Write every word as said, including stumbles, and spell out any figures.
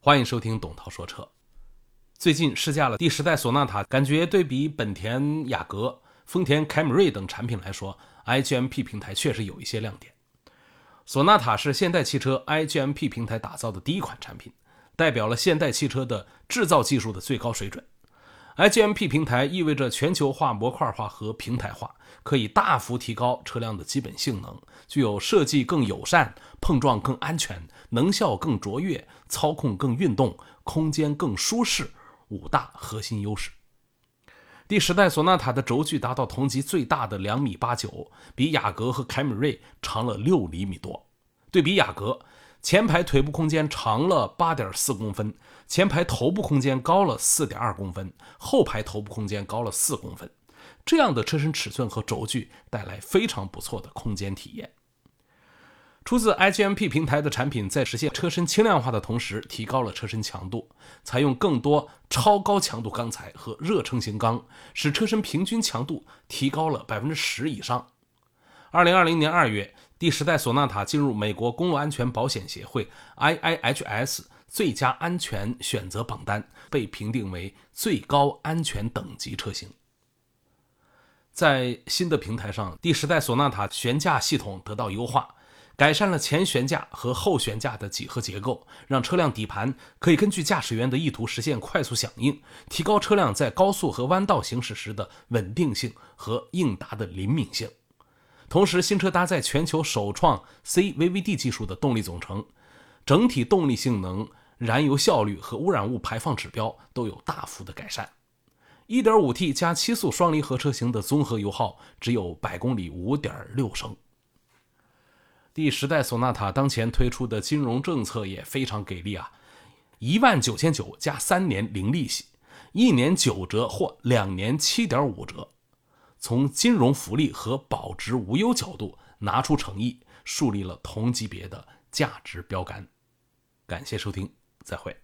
欢迎收听董涛说车。最近试驾了第十代索纳塔，感觉对比本田雅阁、丰田凯美瑞等产品来说 ，I G M P 平台确实有一些亮点。索纳塔是现代汽车 I G M P 平台打造的第一款产品，代表了现代汽车的制造技术的最高水准。I G M P 平台意味着全球化、模块化和平台化，可以大幅提高车辆的基本性能，具有设计更友善、碰撞更安全、能效更卓越、操控更运动、空间更舒适五大核心优势。第十代索纳塔的轴距达到同级最大的两米八九，比雅阁和凯美瑞长了六厘米多。对比雅阁，前排腿部空间长了 八点四公分，前排头部空间高了 四点二公分，后排头部空间高了四公分。这样的车身尺寸和轴距带来非常不错的空间体验。出自 I G M P 平台的产品在实现车身轻量化的同时，提高了车身强度，采用更多超高强度钢材和热成型钢，使车身平均强度提高了 百分之十 以上。二零二零年二月，第十代索纳塔进入美国公路安全保险协会 I I H S 最佳安全选择榜单，被评定为最高安全等级车型。在新的平台上，第十代索纳塔悬架系统得到优化，改善了前悬架和后悬架的几何结构，让车辆底盘可以根据驾驶员的意图实现快速响应，提高车辆在高速和弯道行驶时的稳定性和应答的灵敏性。同时，新车搭载全球首创 C V V D 技术的动力总成，整体动力性能、燃油效率和污染物排放指标都有大幅的改善。一点五 T 加七速双离合车型的综合油耗只有百公里 五点六升。第十代索纳塔当前推出的金融政策也非常给力啊，一万九千九加三年零利息，一年九折或两年 七点五折。从金融福利和保值无忧角度拿出诚意，树立了同级别的价值标杆。感谢收听，再会。